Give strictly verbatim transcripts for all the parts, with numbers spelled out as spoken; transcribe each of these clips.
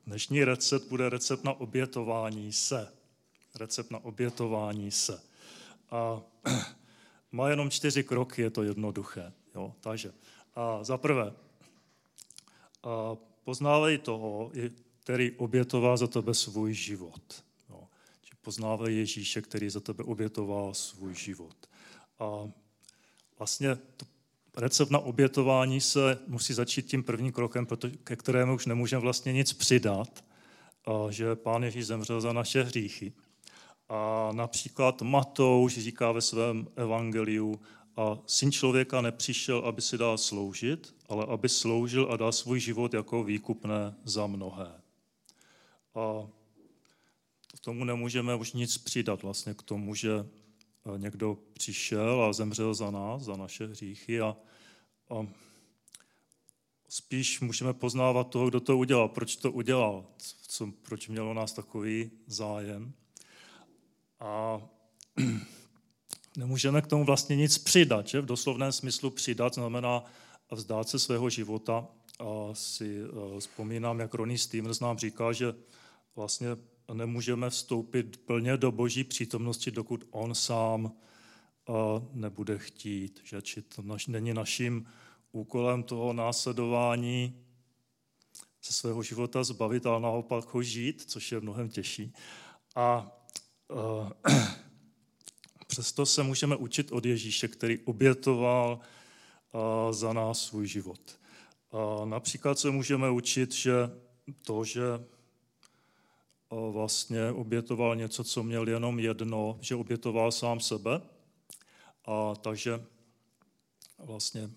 dnešní recept bude recept na obětování se. Recept na obětování se. A má jenom čtyři kroky, je to jednoduché. Jo? Takže a za prvé, a poznávej toho, který obětoval za tebe svůj život. Jo? Poznávej Ježíše, který za tebe obětoval svůj život. A vlastně to recept na obětování se musí začít tím prvním krokem, protože, ke kterému už nemůžeme vlastně nic přidat, a že Pán Ježíš zemřel za naše hříchy. A například Matouš říká ve svém evangeliu, a Syn člověka nepřišel, aby si dal sloužit, ale aby sloužil a dal svůj život jako výkupné za mnohé. A k tomu nemůžeme už nic přidat, vlastně k tomu, že někdo přišel a zemřel za nás, za naše hříchy a, a spíš můžeme poznávat toho, kdo to udělal, proč to udělal, co, proč mělo nás takový zájem. A nemůžeme k tomu vlastně nic přidat, že? V doslovném smyslu přidat znamená vzdát se svého života. A si vzpomínám, jak Ronnie Stevens nám říká, že vlastně nemůžeme vstoupit plně do Boží přítomnosti, dokud on sám nebude chtít. Že? Či to naš, není naším úkolem toho následování se svého života zbavit, ale naopak ho žít, což je mnohem těžší. A uh, přesto se můžeme učit od Ježíše, který obětoval uh, za nás svůj život. Uh, například se můžeme učit, že to, že uh, vlastně obětoval něco, co měl jenom jedno, že obětoval sám sebe, a takže vlastně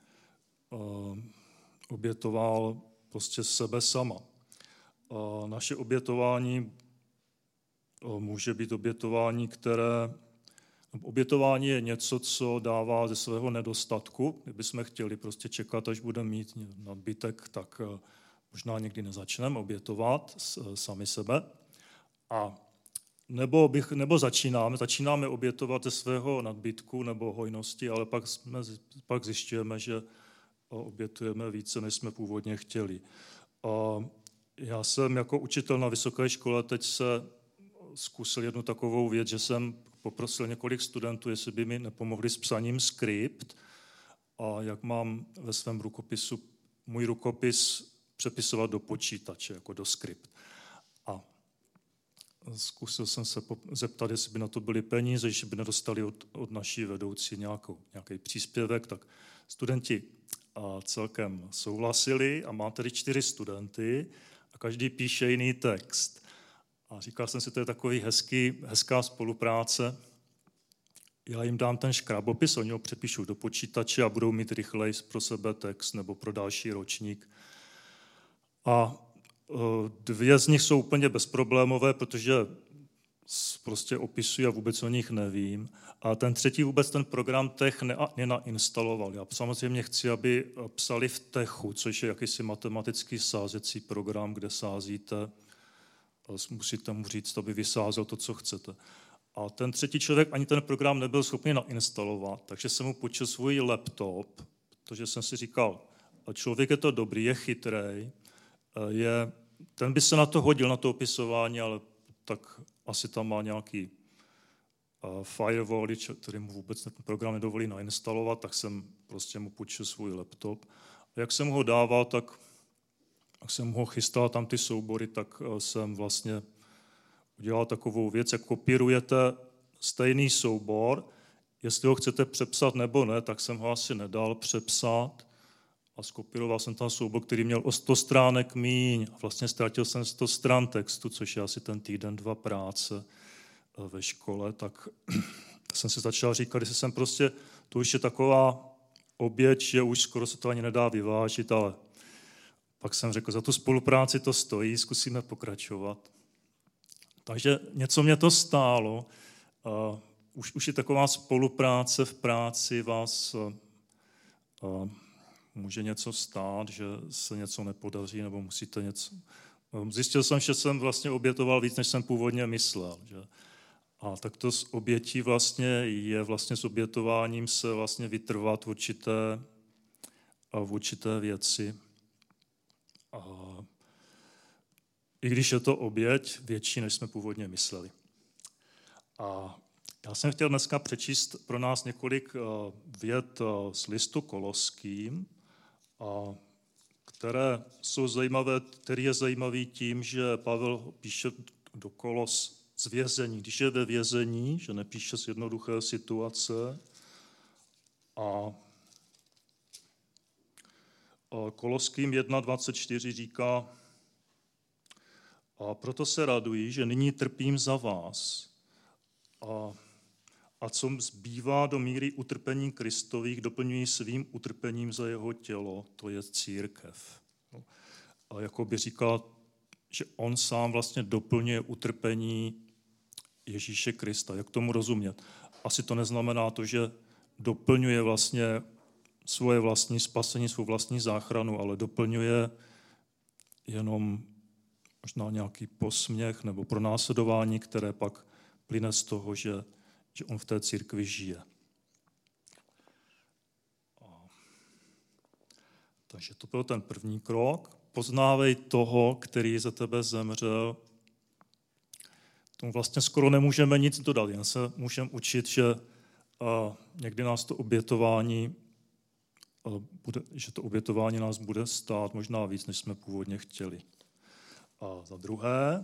uh, obětoval prostě sebe sama. Uh, naše obětování uh, může být obětování, které... Obětování je něco, co dává ze svého nedostatku. Kdybychom chtěli prostě čekat, až budeme mít nadbytek, tak uh, možná někdy nezačneme obětovat s, sami sebe. A nebo, bych, nebo začínáme, začínáme obětovat ze svého nadbytku nebo hojnosti, ale pak, jsme, pak zjišťujeme, že obětujeme více, než jsme původně chtěli. A já jsem jako učitel na vysoké škole teď se zkusil jednu takovou věc, že jsem poprosil několik studentů, jestli by mi nepomohli s psaním skript a jak mám ve svém rukopisu můj rukopis přepisovat do počítače, jako do skript. A zkusil jsem se zeptat, jestli by na to byly peníze, jestli by nedostali od, od naší vedoucí nějakou, nějaký příspěvek, tak studenti a celkem souhlasili a mám tady čtyři studenty a každý píše jiný text. A říkal jsem si, to je takový hezký, hezká spolupráce. Já jim dám ten škrabopis, oni ho přepíšou do počítače a budou mít rychleji pro sebe text nebo pro další ročník. A dvě z nich jsou úplně bezproblémové, protože prostě opisuji a vůbec o nich nevím. A ten třetí vůbec ten program Tech nenainstaloval. Já samozřejmě chci, aby psali v Techu, což je jakýsi matematický sázecí program, kde sázíte, musíte mu říct, aby vysázel to, co chcete. A ten třetí člověk ani ten program nebyl schopný nainstalovat, takže jsem mu půjčil svůj laptop, protože jsem si říkal, člověk je to dobrý, je chytrej, je, ten by se na to hodil, na to opisování, ale tak asi tam má nějaký uh, firewall, který mu vůbec ten program nedovolí nainstalovat, tak jsem prostě mu půjčil svůj laptop. A jak jsem ho dával, tak jak jsem ho chystal tam ty soubory, tak uh, jsem vlastně udělal takovou věc, jak kopírujete stejný soubor, jestli ho chcete přepsat nebo ne, tak jsem ho asi nedal přepsat a skopíroval jsem tam soubor, který měl o sto stránek míň. Vlastně ztratil jsem sto stran textu, což je asi ten týden, dva práce ve škole, tak jsem si začal říkat, jestli jsem prostě, to už je taková oběť, že už skoro se to ani nedá vyvážit, ale pak jsem řekl, za tu spolupráci to stojí, zkusíme pokračovat. Takže něco mě to stálo. Uh, už, už je taková spolupráce v práci vás uh, uh, může něco stát, že se něco nepodaří, nebo musíte něco... Zjistil jsem, že jsem vlastně obětoval víc, než jsem původně myslel. Že? A tak to s obětí vlastně je vlastně s obětováním se vlastně vytrvat v určité, v určité věci. A i když je to oběť větší, než jsme původně mysleli. A já jsem chtěl dneska přečíst pro nás několik vět z listu Koloským, které jsou zajímavé, který je zajímavý tím, že Pavel píše do Kolos z vězení, když je ve vězení, že nepíše z jednoduché situace. A Koloským jedna dvacet čtyři říká: a proto se raduji, že nyní trpím za vás. A, a co zbývá do míry utrpení Kristových, doplňuji svým utrpením za jeho tělo, to je církev. A jako by říkal, že on sám vlastně doplňuje utrpení Ježíše Krista. Jak tomu rozumět? Asi to neznamená to, že doplňuje vlastně svoje vlastní spasení, svou vlastní záchranu, ale doplňuje jenom možná nějaký posměch nebo pronásledování, které pak plyne z toho, že, že on v té církvi žije. A, takže to byl ten první krok. Poznávej toho, který za tebe zemřel. Tomu vlastně skoro nemůžeme nic dodat, jen se můžeme učit, že a, někdy nás to obětování, a, bude, že to obětování nás bude stát možná víc, než jsme původně chtěli. A za druhé,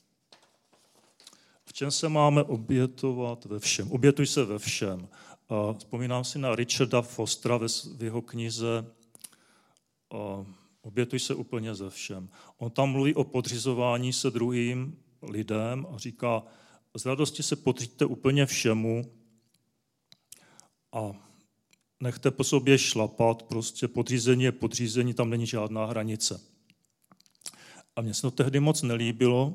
v čem se máme obětovat? Ve všem. Obětuj se ve všem. A vzpomínám si na Richarda Fostera v jeho knize a Obětuj se úplně ze všem. On tam mluví o podřizování se druhým lidem a říká, z radosti se podříďte úplně všemu a nechte po sobě šlapat, prostě podřízení je podřízení, tam není žádná hranice. A mně se to tehdy moc nelíbilo,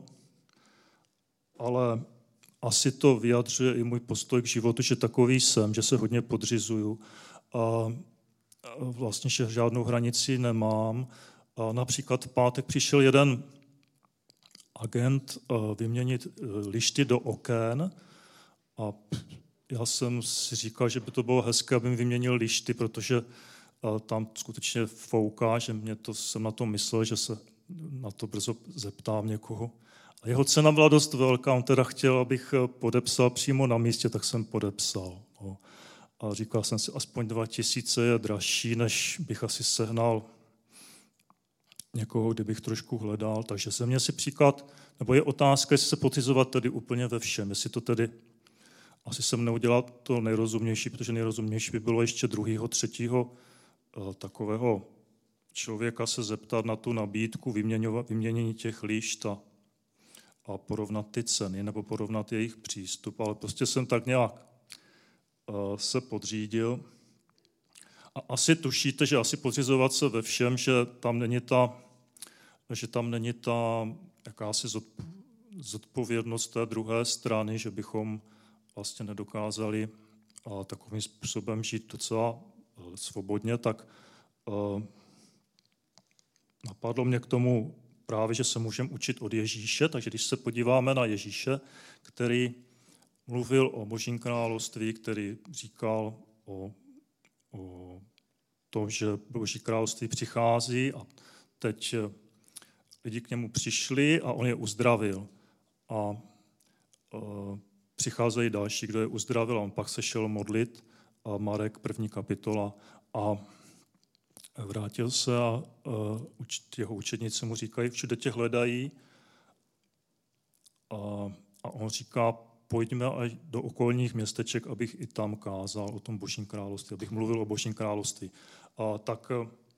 ale asi to vyjadřuje i můj postoj k životu, že takový jsem, že se hodně podřizuju a vlastně, že žádnou hranici nemám. A například v pátek přišel jeden agent vyměnit lišty do oken a já jsem si říkal, že by to bylo hezké, aby mi vyměnil lišty, protože tam skutečně fouká, že mě to, jsem na to myslel, že se na to brzo zeptám někoho. A jeho cena byla dost velká, on teda chtěl, abych podepsal přímo na místě, tak jsem podepsal. No. A říkal jsem si, aspoň dva tisíce je dražší, než bych asi sehnal někoho, kdybych trošku hledal. Takže ze mě si příklad, nebo je otázka, jestli se podřizovat tedy úplně ve všem, jestli to tedy, asi jsem neudělal to nejrozumnější, protože nejrozumnější by bylo ještě druhýho, třetího takového člověka se zeptat na tu nabídku vyměnění těch lišt a, a porovnat ty ceny nebo porovnat jejich přístup, ale prostě jsem tak nějak uh, se podřídil. A asi tušíte, že asi podřizovat se ve všem, že tam není ta, že tam není ta jakási zodpovědnost té druhé strany, že bychom vlastně nedokázali uh, takovým způsobem žít docela uh, svobodně, tak uh, napadlo mě k tomu právě, že se můžeme učit od Ježíše, takže když se podíváme na Ježíše, který mluvil o Božím království, který říkal o, o tom, že Boží království přichází a teď lidi k němu přišli a on je uzdravil. A, a přicházejí další, kdo je uzdravil a on pak se šel modlit, a Marek, první kapitola, a vrátil se a jeho učedníci mu říkají, všude tě hledají. A, a on říká, pojďme až do okolních městeček, abych i tam kázal o tom Božím království, abych mluvil o Božím království. A tak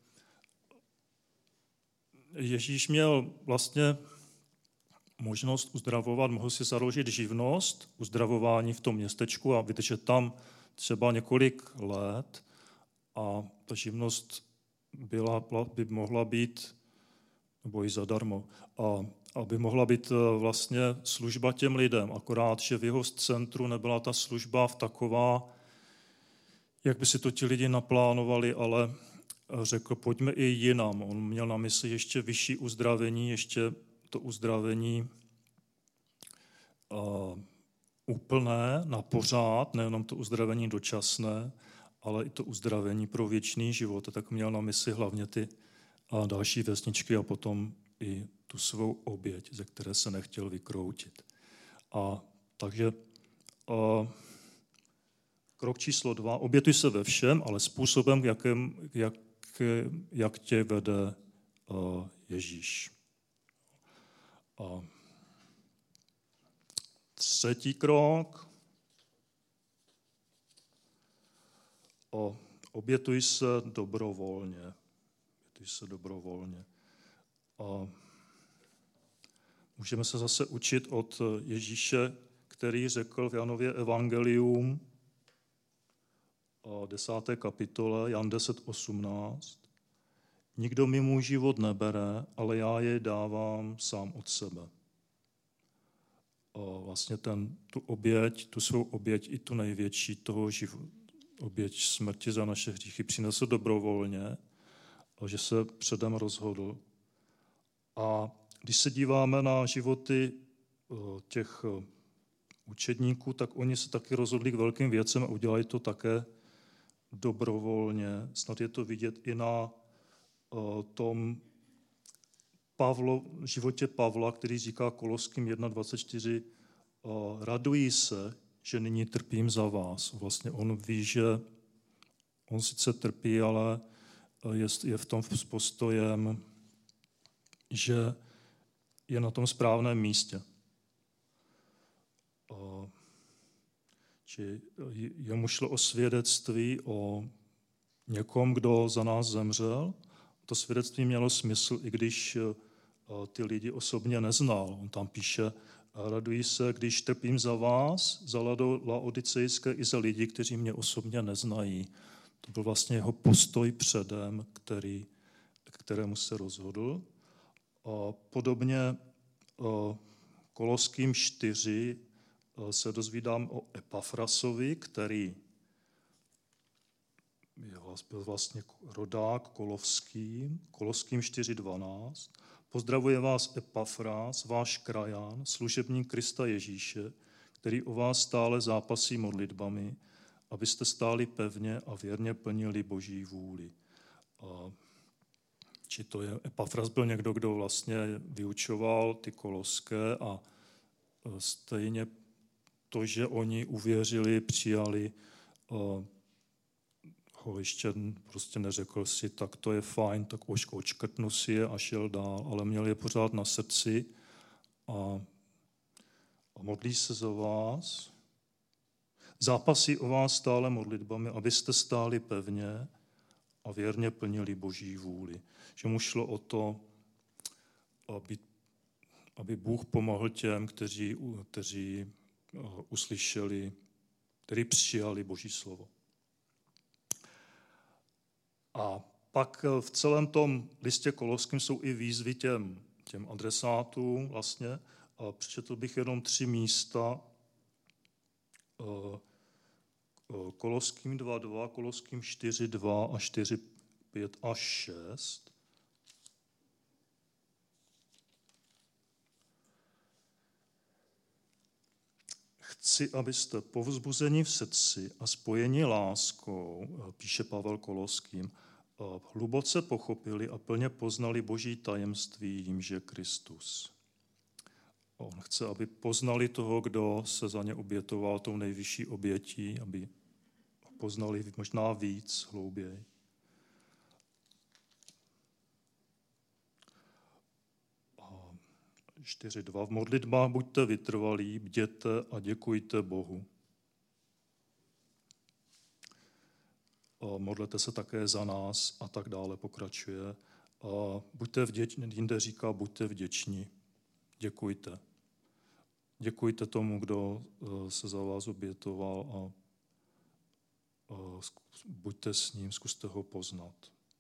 Ježíš měl vlastně možnost uzdravovat, mohl si založit živnost, uzdravování v tom městečku a vydržet tam třeba několik let a ta živnost byla, by mohla být, nebo i zadarmo, a aby mohla být vlastně služba těm lidem, akorát, že v jeho centru nebyla ta služba v taková, jak by si to ti lidi naplánovali, ale řekl, pojďme i jinam. On měl na mysli ještě vyšší uzdravení, ještě to uzdravení uh, úplné, na pořád, nejenom to uzdravení dočasné, ale i to uzdravení pro věčný život. Tak měl na mysli hlavně ty a další vesničky a potom i tu svou oběť, ze které se nechtěl vykroutit. A takže a, krok číslo dva, obětuj se ve všem, ale způsobem, jakým, jak, jak tě vede a, Ježíš. A třetí krok, o, obětuj se dobrovolně. Obětuj se dobrovolně. A můžeme se zase učit od Ježíše, který řekl v Janově evangelium, desáté kapitole, Jan deset osmnáct. Nikdo mi můj život nebere, ale já jej dávám sám od sebe. A vlastně ten, tu oběť, tu svou oběť, i tu největší toho života, oběť smrti za naše hříchy přinesl dobrovolně, a že se předem rozhodl. A když se díváme na životy těch učedníků, tak oni se taky rozhodli k velkým věcem a udělali to také dobrovolně. Snad je to vidět i na tom Pavlo, životě Pavla, který říká Koloským jedna dvacet čtyři, raduji se, že nyní trpím za vás. Vlastně on ví, že on sice trpí, ale je, je v tom s postojem, že je na tom správném místě. Či jemu šlo o svědectví o někom, kdo za nás zemřel. To svědectví mělo smysl, i když ty lidi osobně neznal. On tam píše, raduji se, když trpím za vás, za laodicejské i za lidi, kteří mě osobně neznají. To byl vlastně jeho postoj předem, který, k kterému se rozhodl. A podobně Koloským čtyři se dozvídám o Epafrasovi, který byl vlastně rodák kolovský, Koloským čtyři dvanáct. Pozdravuje vás Epafras, váš krajan, služebník Krista Ježíše, který o vás stále zápasí modlitbami, abyste stáli pevně a věrně plnili Boží vůli. A či to je, Epafras byl někdo, kdo vlastně vyučoval ty koloské a stejně to, že oni uvěřili, přijali, ho ještě prostě neřekl si, tak to je fajn, tak už očkrtnu si je a šel dál, ale měl je pořád na srdci a, a modlí se za vás. Zápasí o vás stále modlitbami, abyste stáli pevně a věrně plnili Boží vůli. Že mu šlo o to, aby, aby Bůh pomohl těm, kteří, kteří uslyšeli, kteří přijali Boží slovo. A pak v celém tom listě Koloským jsou i výzvy těm, těm adresátům vlastně. A přečetl bych jenom tři místa. Koloským dva dva, Koloským čtyři dva a čtyři pět a šest. Chci, abyste povzbuzeni v srdci a spojeni láskou, píše Pavel Koloským, hluboce pochopili a plně poznali Boží tajemství, jímž je Kristus. On chce, aby poznali toho, kdo se za ně obětoval tou nejvyšší obětí, aby poznali možná víc, hlouběji. čtyři dva. V modlitbách buďte vytrvalí, bděte a děkujte Bohu. A modlete se také za nás a tak dále pokračuje. A buďte vděční, jinde říká, buďte vděční, děkujte. Děkujte tomu, kdo se za vás obětoval a, a buďte s ním, zkuste ho poznat.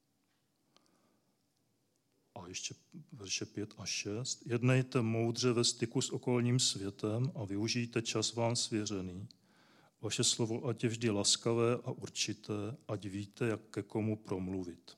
A ještě verše pět a šest. Jednejte moudře ve styku s okolním světem a využijte čas vám svěřený. Vaše slovo ať je vždy laskavé a určité, ať víte, jak ke komu promluvit.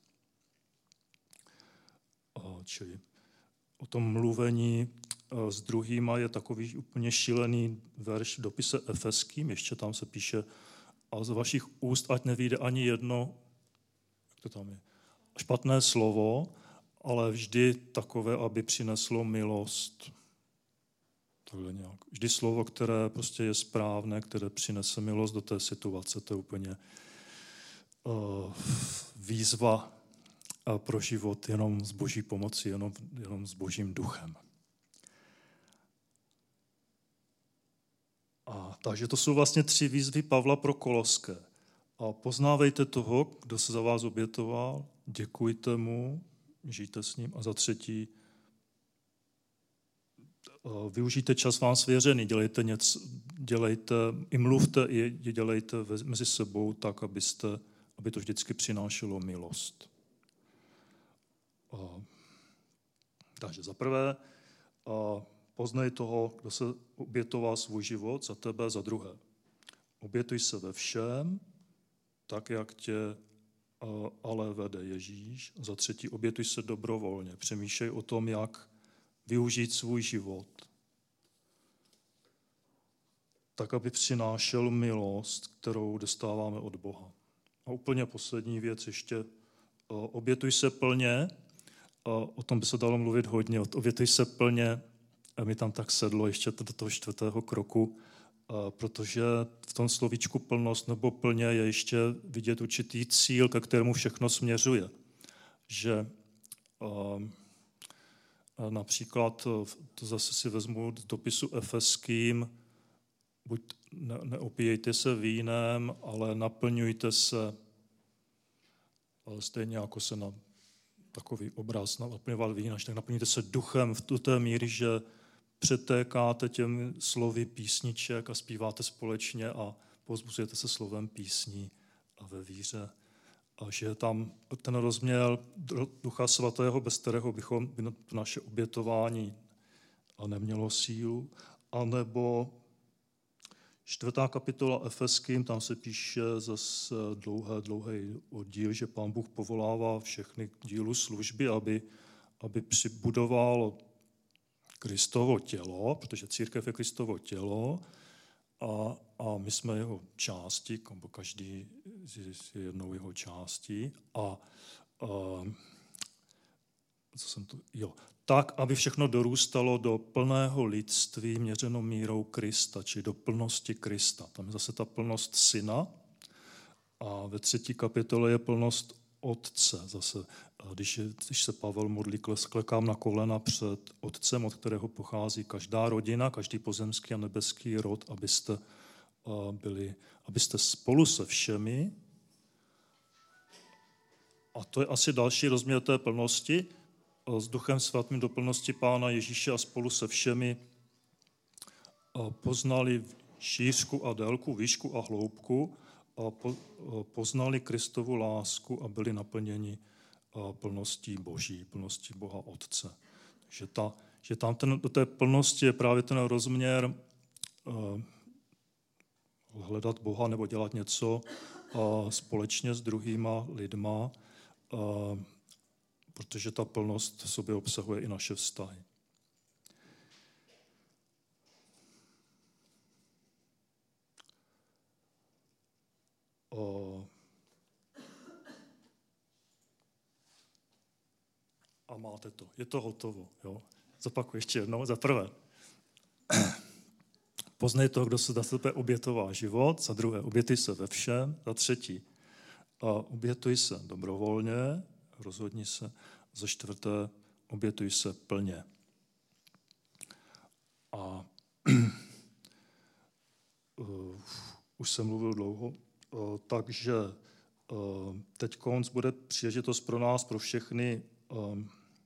A čili o tom mluvení s druhýma je takový úplně šílený verš v dopise Efeským, ještě tam se píše, a z vašich úst ať nevyjde ani jedno, jak to tam je, špatné slovo, ale vždy takové, aby přineslo milost. Takhle nějak. Vždy slovo, které prostě je správné, které přinese milost do té situace, to je úplně uh, výzva uh, pro život jenom s Boží pomocí, jenom, jenom s Božím duchem. A, takže to jsou vlastně tři výzvy Pavla pro Koloské. A poznávejte toho, kdo se za vás obětoval, děkujte mu, žijte s ním. A za třetí, využijte čas vám svěřený, dělejte něco, dělejte, i mluvte, i dělejte mezi sebou tak, abyste, aby to vždycky přinášelo milost. A, takže za prvé, a poznej toho, kdo se obětoval svůj život za tebe, za druhé. Obětuj se ve všem, tak, jak tě ale vede Ježíš. Za třetí, obětuj se dobrovolně. Přemýšlej o tom, jak využít svůj život, tak, aby přinášel milost, kterou dostáváme od Boha. A úplně poslední věc ještě. Obětuj se plně. O tom by se dalo mluvit hodně. Obětuj se plně. A mi tam tak sedlo ještě do toho čtvrtého kroku, protože v tom slovíčku plnost nebo plně je ještě vidět určitý cíl, ke kterému všechno směřuje. Že například, to zase si vezmu z dopisu Efeským, buď ne, neopíjejte se vínem, ale naplňujte se, ale stejně jako se na takový obraz naplňoval vín, tak naplňujte se duchem v té míry, že přetékáte těmi slovy písniček a zpíváte společně a povzbuzujete se slovem písní a ve víře. A že je tam ten rozměr Ducha Svatého, bez kterého bychom by naše obětování nemělo sílu. A nebo čtvrtá kapitola Efeským, tam se píše zase dlouhé, dlouhý oddíl, že Pán Bůh povolává všechny k dílu služby, aby, aby přibudoval Kristovo tělo, protože církev je Kristovo tělo a, a my jsme jeho části, každý je jednou jeho částí. A, a co jsem to, jo, tak, aby všechno dorůstalo do plného lidství měřeno mírou Krista, či do plnosti Krista. Tam je zase ta plnost syna a ve třetí kapitole je plnost Otce. Zase, když, je, když se Pavel modlí, klekám na kolena před Otcem, od kterého pochází každá rodina, každý pozemský a nebeský rod, abyste byli, abyste spolu se všemi, a to je asi další rozměr té plnosti, s Duchem Svatým do plnosti Pána Ježíše a spolu se všemi poznali šířku a délku, výšku a hloubku, a poznali Kristovu lásku a byli naplněni plností Boží, plností Boha Otce. Že, ta, že tam ten, do té plnosti je právě ten rozměr uh, hledat Boha nebo dělat něco uh, společně s druhýma lidma, uh, protože ta plnost v sobě obsahuje i naše vztahy. Uh, A máte to. Je to hotovo. Jo? Zopakuji ještě jednou. Za prvé, poznej toho, kdo se za tebe obětoval život. Za druhé, obětuj se ve všem. Za třetí, obětuj se dobrovolně, rozhodni se. Za čtvrté, obětuj se plně. A uh, už jsem mluvil dlouho, uh, takže uh, teď konc bude příležitost pro nás, pro všechny, um,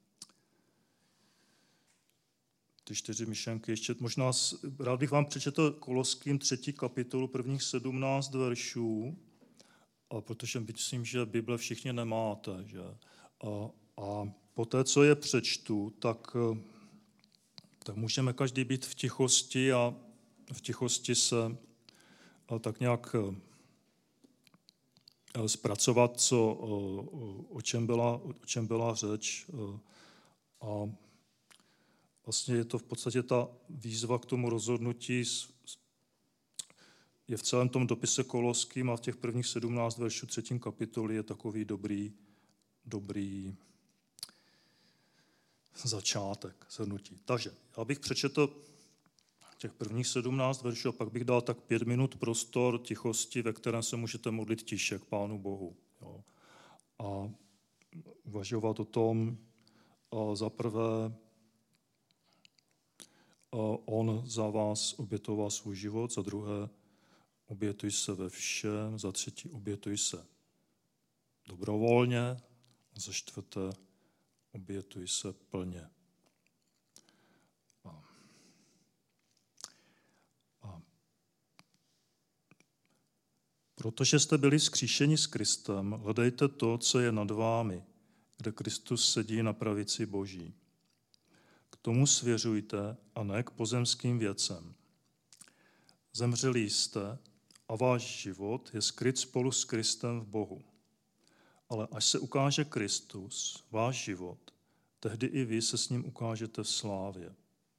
ty čtyři myšlenky ještě. Možná rád bych vám přečetl Koloským třetí kapitolu, prvních sedmnáct veršů, a protože myslím, že Bible všichni nemáte. Že? A, a poté, co je přečtu, tak, tak můžeme každý být v tichosti a v tichosti se a tak nějak zpracovat, co, o, o, čem byla, o čem byla řeč. A vlastně je to v podstatě ta výzva k tomu rozhodnutí, je v celém tom dopise Koloským a v těch prvních sedmnáct veršů třetím kapitoly je takový dobrý, dobrý začátek shrnutí. Takže já bych přečetl těch prvních sedmnáct veršů a pak bych dal tak pět minut prostor tichosti, ve kterém se můžete modlit tiše k Pánu Bohu. Jo. A uvažovat o tom, za prvé, on za vás obětoval svůj život, za druhé, obětuj se ve všem, za třetí, obětuj se dobrovolně, a za čtvrté, obětuj se plně. A, a. Protože jste byli vzkříšeni s Kristem, hledejte to, co je nad vámi, kde Kristus sedí na pravici Boží. K tomu svěřujte a ne k pozemským věcem. Zemřeli jste a váš život je skryt spolu s Kristem v Bohu. Ale až se ukáže Kristus, váš život, tehdy i vy se s ním ukážete v slávě.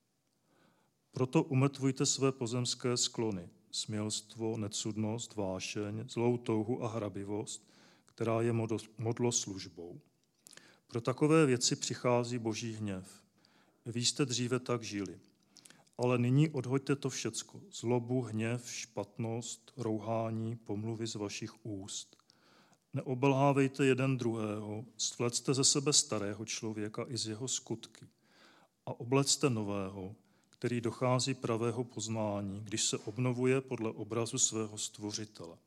Proto umrtvujte své pozemské sklony, smělstvo, necudnost, vášeň, zlou touhu a hrabivost, která je modloslužbou. Pro takové věci přichází Boží hněv. Vy jste dříve tak žili. Ale nyní odhoďte to všecko. Zlobu, hněv, špatnost, rouhání, pomluvy z vašich úst. Neobelhávejte jeden druhého, svlecte ze sebe starého člověka i z jeho skutky a oblecte nového, který dochází pravého poznání, když se obnovuje podle obrazu svého stvořitele.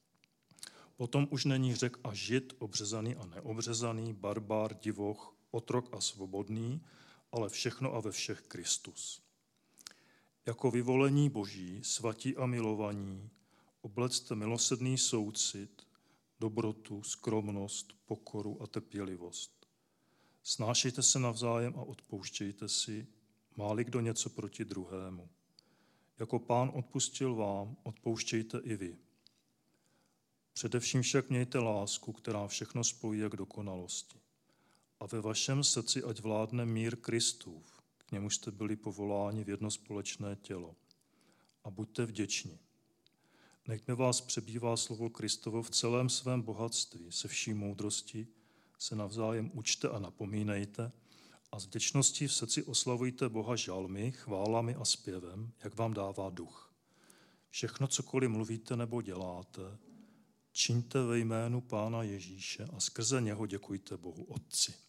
Potom už není Řek a Žid, obřezaný a neobřezaný, barbár, divoch, otrok a svobodný, ale všechno a ve všech Kristus. Jako vyvolení Boží, svatí a milovaní, oblecte milosrdný soucit, dobrotu, skromnost, pokoru a trpělivost. Snášejte se navzájem a odpouštějte si, má-li kdo něco proti druhému. Jako Pán odpustil vám, odpouštějte i vy. Především však mějte lásku, která všechno spojuje k dokonalosti. A ve vašem srdci ať vládne mír Kristův, k němuž jste byli povoláni v jedno společné tělo. A buďte vděční. Nechme vás přebývá slovo Kristovo v celém svém bohatství, se vší moudrosti, se navzájem učte a napomínejte a s vděčností v srdci oslavujte Boha žalmy, chválami a zpěvem, jak vám dává duch. Všechno, cokoliv mluvíte nebo děláte, čiňte ve jménu Pána Ježíše a skrze něho děkujte Bohu Otci.